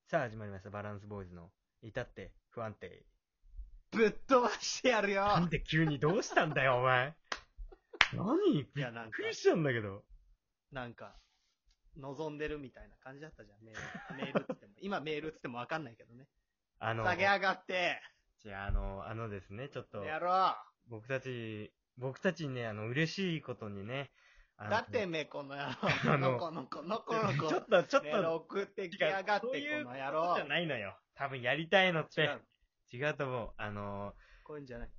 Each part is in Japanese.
さあ始まりました。バランスボーイズの至って不安定。 ぶっ飛ばしてやるよ。 なんで急にどうしたんだよ、お前。何びっいやなんかくりしたんだけど。 なんか、望んでるみたいな感じだったじゃん、メールっつっても。今メールっつってもわかんないけどね。下げ上がって、 じゃあ、ですね、ちょっと、 やろ僕たちにね、嬉しいことにね、 う。だってめ、この野郎。のこのこ。 ちょっと、 メール送ってきやがって、こそういうこの野とじゃ郎。 ないのよ。多分やりたいのって。 違う。 違うと思う。 こういうんじゃない。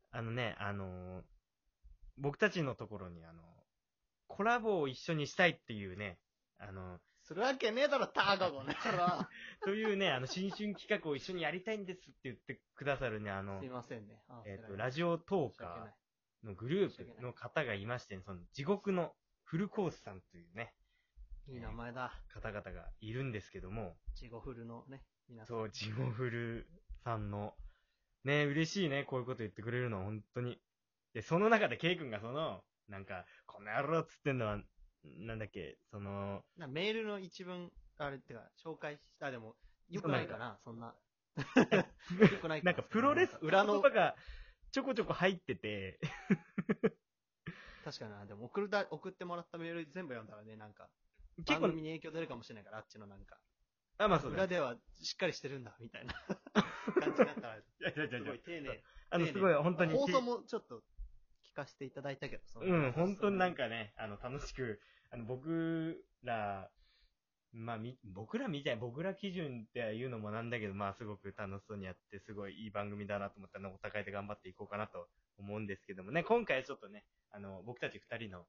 僕たちのところにコラボを一緒にしたいっていうね、 するわけねえだろ、タガゴの野郎。 というね、新春企画を一緒にやりたいんですって言ってくださるね、 すいませんね。 ラジオトーカーのグループの方がいまして、その地獄のフルコースさんというね、 いい名前だ。 方々がいるんですけども、 ジゴフルのね、皆さん。 そう、ジゴフルさんの、ね、嬉しいね、こういうこと言ってくれるのは本当に。で、その中でケイ君がなんか、この野郎っつってんのは、なんだっけ、 メールの一文、あれってか、紹介したでも、よくないかな、そんな。よくないなんかプロレス裏の言葉がちょこちょこ入ってて、 確かにな、でも送ってもらったメール全部読んだらね、なんか、 結構番組に影響出るかもしれないから、あっちのなんか。 まあそうだ。 裏ではしっかりしてるんだ、みたいな感じだったら、すごい丁寧。 すごい本当に。 放送もちょっと聞かせていただいたけど、 本当になんかね、楽しく、僕ら、まあ、僕ら基準っていうのもなんだけど、まあ、すごく楽しそうにやって、すごいいい番組だなと思ったので、お互いで頑張っていこうかなと思うんですけどもね、今回ちょっとね、僕たち二人の、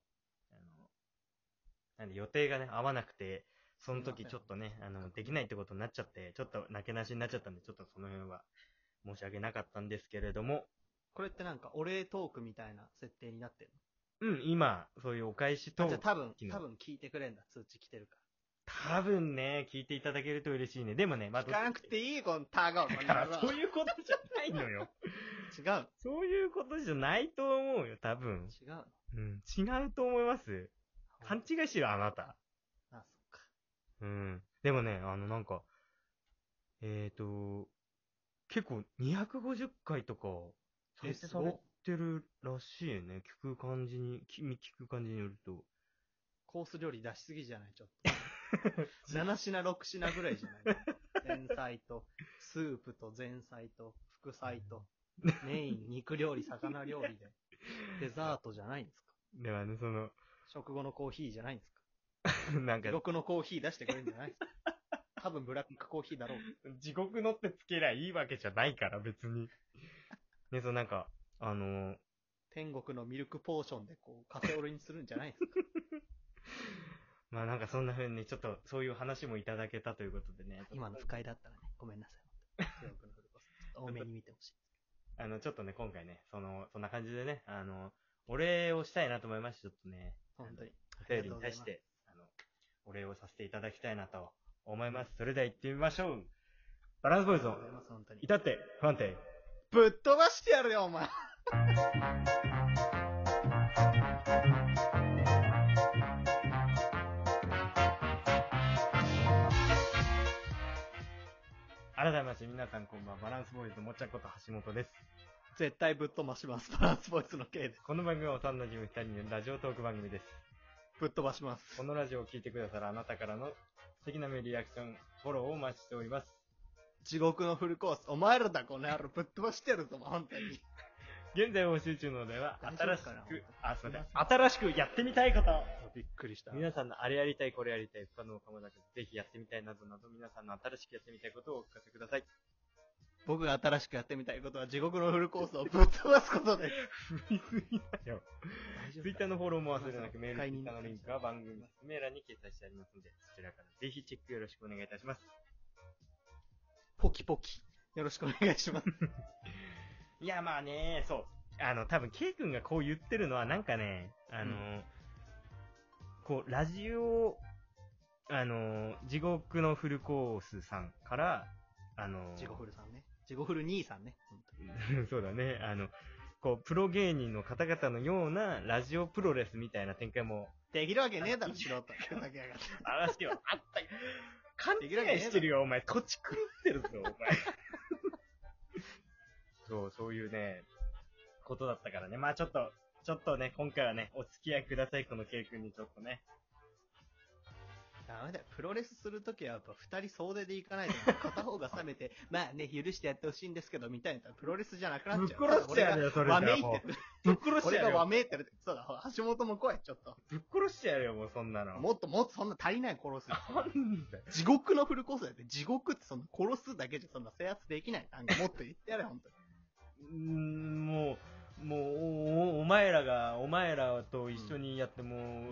なんで予定がね、合わなくて、その時ちょっとね、できないってことになっちゃって、ちょっとなけなしになっちゃったんで、ちょっとその辺は申し訳なかったんですけれども。 これってなんか、お礼トークみたいな設定になってるの？今、そういうお返しトーク。 じゃあ多分聞いてくれんだ、通知来てるから。 多分ね、聞いていただけると嬉しいね。でもね、 聞かなくていい、このタガを。 そういうことじゃないのよ。 違う。 そういうことじゃないと思うよ、多分。 違う。 うん、違うと思います。勘違いしてる、あなた。 あ、そっか。 うん。でもね、なんか、結構250回とか、再生されてるらしいね。聞く感じによると。 コース料理出しすぎじゃないちょっと。7品6品ぐらいじゃない前菜と、スープと前菜と、副菜と、メイン、肉料理、魚料理で、デザートじゃないんですか？ ではね、 食後のコーヒーじゃないんですか？ なんか、 地獄のコーヒー出してくれるんじゃないですか？多分ブラックコーヒーだろう。 地獄のってつけりゃいいわけじゃないから、別に。ね、なんか、 天国のミルクポーションでこう、カフェオレにするんじゃないですか？ まあなんかそんな風にちょっとそういう話もいただけたということでね。 今の不快だったらね、ごめんなさい。地獄のフルコース。多めに見てほしい。 ちょっとね、今回ね、そんな感じでね、お礼をしたいなと思いまして、ちょっとね、 本当に。 お便りに対して、お礼をさせていただきたいなと思います。それでは行ってみましょう。バランスボーイズの、至って不安定。 ぶっ飛ばしてやるよ、お前。 改めまして皆さんこんばんは。バランスボーイズのもっちゃこと橋本です。 絶対ぶっ飛ばします。バランスボーイズの K です。 この番組は幼馴染2人によるラジオトーク番組です。 ぶっ飛ばします。 このラジオを聞いてくださるあなたからの素敵なメールリアクション、フォローをお待ちしております。 地獄のフルコース。お前らだ、この野郎。ぶっ飛ばしてやるぞ、本当に。 現在募集中のでは、新しくやってみたいこと。 びっくりした。 皆さんのあれやりたい、これやりたい、不可能かもなく、ぜひやってみたいなどなど、皆さんの新しくやってみたいことをお聞かせください。 僕が新しくやってみたいことは、地獄のフルコースをぶっ飛ばすことです。 振りすぎだよ。ツイッターのフォローも忘れなく、メール、ツイッターのリンクは番組説明欄に掲載してありますので、そちらからぜひチェックよろしくお願いいたします。 ポキポキ。よろしくお願いします。 いや、まあね、そう。多分、ケイ君がこう言ってるのは、なんかね、こう、ラジオ、地獄のフルコースさんから、 地獄フルさんね。地獄フル兄さんね。 そうだね。こう、プロ芸人の方々のようなラジオプロレスみたいな展開も。 できるわけねえだろ、素人。ふざけやがって。 話はあった勘違いしてるよ、お前。土地狂ってるぞ、お前。そういうね、ことだったからね。まあちょっとね、今回はね、お付き合いください、この K 君にちょっとね。 ダメだよ。プロレスするときはやっぱ二人総出でいかないと、片方が冷めて、まあね、許してやってほしいんですけど、みたいな。プロレスじゃなくなっちゃう。 ぶっ殺してやるよ、それじゃわめいって。 ぶっ殺して俺がやるよ。 わめいってる。そうだ、橋本も来い、ちょっと。 ぶっ殺してやるよ、もうそんなの。 もっとそんな足りない殺すよ。 なんだよ。 地獄のフルコースだって、地獄ってそんな殺すだけじゃそんな制圧できない。なんかもっと言ってやれ、本当に。 もう、お前らと一緒にやっても、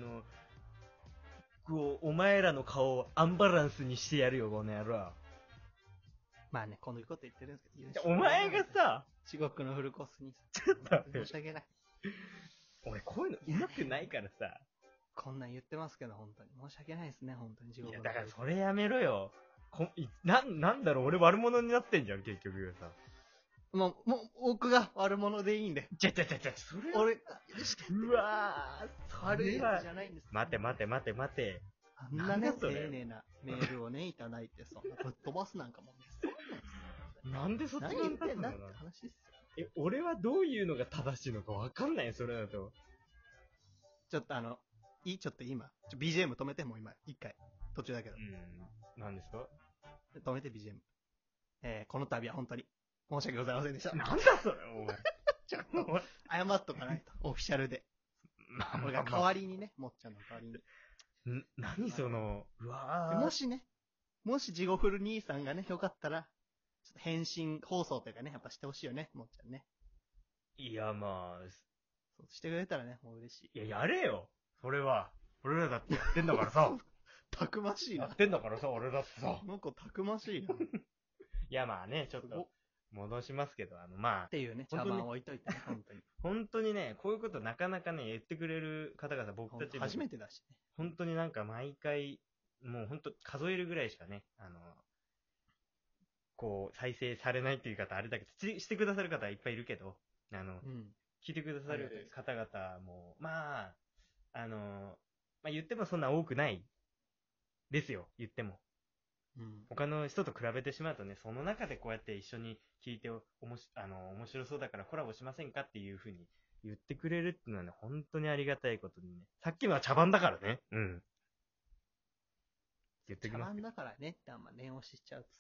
お前らの顔をアンバランスにしてやるよ、この野郎。 まあね、このこと言ってるんですけど、 お前がさ、 地獄のフルコースに、 ちょっと待って申し訳ない。 俺こういうの上手くないからさ。 こんなん言ってますけど、本当に。申し訳ないですね、本当に地獄の。 いや、だからそれやめろよ。なんだろう、俺悪者になってんじゃん、結局さ。 もう、僕が悪者でいいんで。 それは。 俺、許して。 うわぁ、 悪いやつじゃないんです。 待て。 あんなね、丁なんだそれ寧なメールをね、いただいて、そんなぶっ飛ばすなんかもう、 なんでそっち何言ってんだって話ですよ。 俺はどういうのが正しいのかわかんないよ、それだと。 ちょっとちょっと今、BGM 止めて、もう今、一回。途中だけど。 何ですか？ 止めて BGM。この度は本当に、申し訳ございませんでした。 なんだそれ、お前。 ちょっと、謝っとかないと。オフィシャルで。俺が代わりにね、もっちゃんの代わりに。 何その、うわぁ。 もしジゴフル兄さんがね、よかったら、ちょっと返信放送というかね、やっぱしてほしいよね、もっちゃんね。 いや、まあ、 そうしてくれたらね、もう嬉しい。 いや、やれよ。それは。俺らだってやってんだからさ。 たくましいな。 やってんだからさ、俺だってさ。 この子たくましいな。 いや、まあね、ちょっと、戻しますけど、まあ。 っていうね、茶番置いといてね、本当に。 本当にね、こういうことなかなかね、言ってくれる方々、僕たち初めてだしね。 本当になんか毎回、もう本当数えるぐらいしかね、こう、再生されないっていう方あれだけど、してくださる方はいっぱいいるけど、聞いてくださる方々も、まあ言ってもそんな多くないですよ、言っても。他の人と比べてしまうとね、その中でこうやって一緒に聞いて面白そうだからコラボしませんかっていう風に言ってくれるっていうのはね、本当にありがたいことにね。さっきのは茶番だからね。言ってきます。 茶番だからねってあんま念押ししちゃうとさ。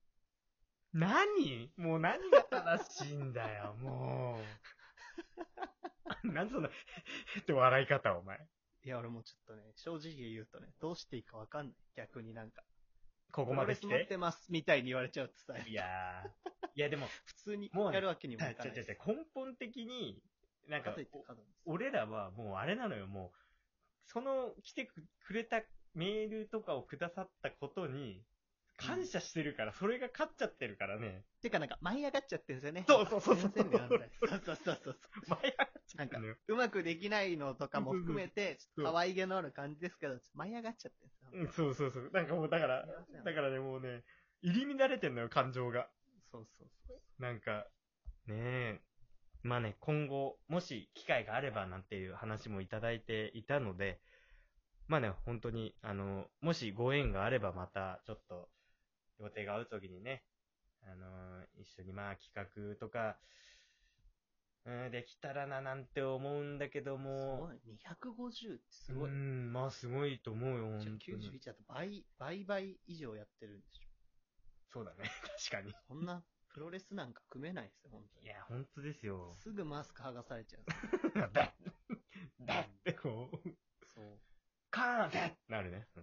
もう何が正しいんだよ、もう。なんその、って笑い方、お前。 いや、俺もちょっとね、正直言うとね、どうしていいかわかんない。逆になんか。 ここまで来て。 プロレス持ってますみたいに言われちゃうとさ。 いやでも、 普通にやるわけにもいかない。 根本的に、なんか、俺らはもうあれなのよ、もう、来てくれたメールとかをくださったことに、感謝してるから、それが勝っちゃってるからね。 てかなんか、舞い上がっちゃってるんですよね。 そう。 そう。舞い上がっちゃなんか、 うまくできないのとかも含めて、可愛げのある感じですけど、舞い上がっちゃってるんですよ。そう。なんかもう、だからね、もうね、入り乱れてんのよ、感情が。 そう。 なんか、ねえ。まあね、今後、もし機会があればなんていう話もいただいていたので、まあね、本当に、もしご縁があればまた、ちょっと、予定が合うときにね、一緒にまあ企画とか、できたらななんて思うんだけども。 すごい。250ってすごい。 まあすごいと思うよ、本当に。 91だと倍以上やってるんでしょ。 そうだね、確かに。 そんな、プロレスなんか組めないですよ、本当に。 いや、本当ですよ。 すぐマスク剥がされちゃう。 だってこう。 そう。 カーンってなるね。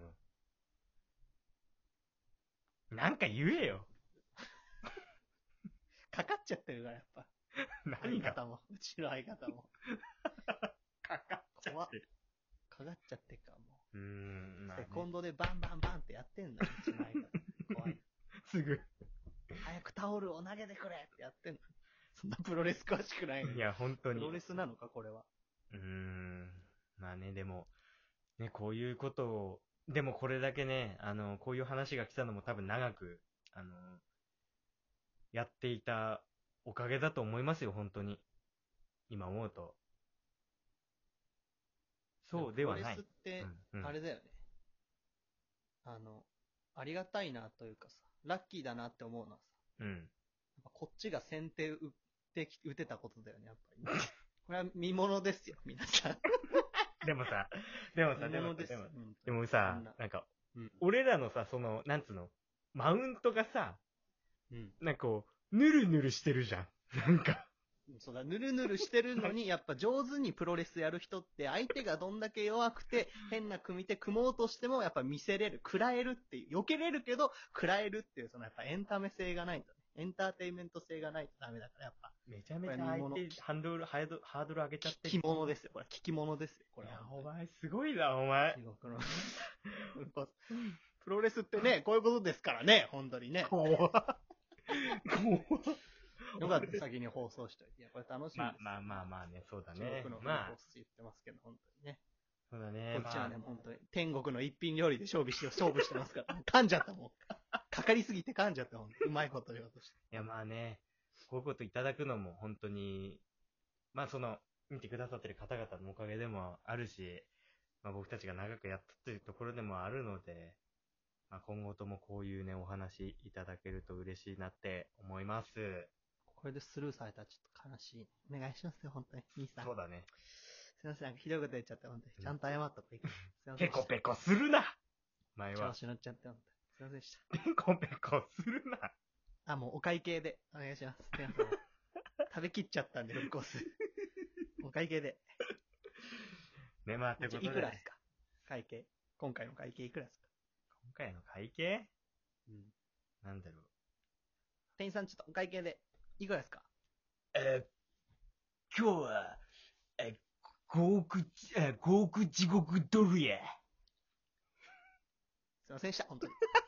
なんか言えよ。 かかっちゃってるから、やっぱ。 何がうちの相方も。 かかっちゃってる。 かかっちゃってっからもう。 まあね、 セコンドでバンバンバンってやってんだよ、うちの相方。怖い。 すぐ。 早くタオルを投げてくれってやってんの。そんなプロレス詳しくないのに。 いや、本当に。 プロレスなのか、これは。 まあね、でも、ね、こういうことを、でもこれだけね、こういう話が来たのも多分長く、やっていたおかげだと思いますよ、本当に。今思うと。そうではない。 プロレスって、あれだよね。 ありがたいなというかさ、ラッキーだなって思うのはさ、 うん。 やっぱこっちが先手打てたことだよね、やっぱり、ね。これは見物ですよ、皆さん。 でもさ、でもさ、 見でもさ、 物ですよ。 でもそさんな、 なんか、 うん。 俺らのさ、なんつうの、マウントがさ、 うん。 なんかこう、ぬるぬるしてるじゃん。なんか。 そうだ、ぬるぬるしてるのに、やっぱ上手にプロレスやる人って、相手がどんだけ弱くて、変な組手組もうとしても、やっぱ見せれる、食らえるっていう、避けれるけど、食らえるっていう、そのやっぱエンタメ性がないとね、エンターテインメント性がないとダメだから、やっぱ。 めちゃめちゃ相手、ハードル上げちゃってる。 聞き物ですよ、これ。聞き物ですよ、これは。 いや、お前、すごいな、お前。 地獄の。プロレスってね、こういうことですからね、本当にね。 怖っ。 よかった、先に放送しといて。いや、これ楽しみです。 まあね、そうだ地ね獄の。フルまあコース言ってますけど、本当にね。 そうだね。 こっちはね、本当に、天国の一品料理で勝負してますから。噛んじゃったもん。かかりすぎて噛んじゃったもん。うまいこと言おうとして。 いや、まあね、こういうこといただくのも本当に、まあ見てくださってる方々のおかげでもあるし、まあ僕たちが長くやったというところでもあるので、まあ今後ともこういうね、お話いただけると嬉しいなって思います。 これでスルーされたらちょっと悲しい。お願いしますよ、本当に。兄さん。 そうだね。 すいません、なんかひどいこと言っちゃって、本当に。ちゃんと謝っとこう。すいませペんでした。 コペコするな前は。 調子乗っちゃって、本当に。すいませんでした。 ペコペコするなあ、もうお会計でお願いします。すいません。食べきっちゃったんで、フルコース。お会計で。 ね、まあ、ってことで、 いくらですか会計。今回の会計いくらですか今回の会計うん。 なんだろう。 店員さん、ちょっとお会計で。いくらですか今日は、5億地獄ドルや。 すいませんでした、本当に。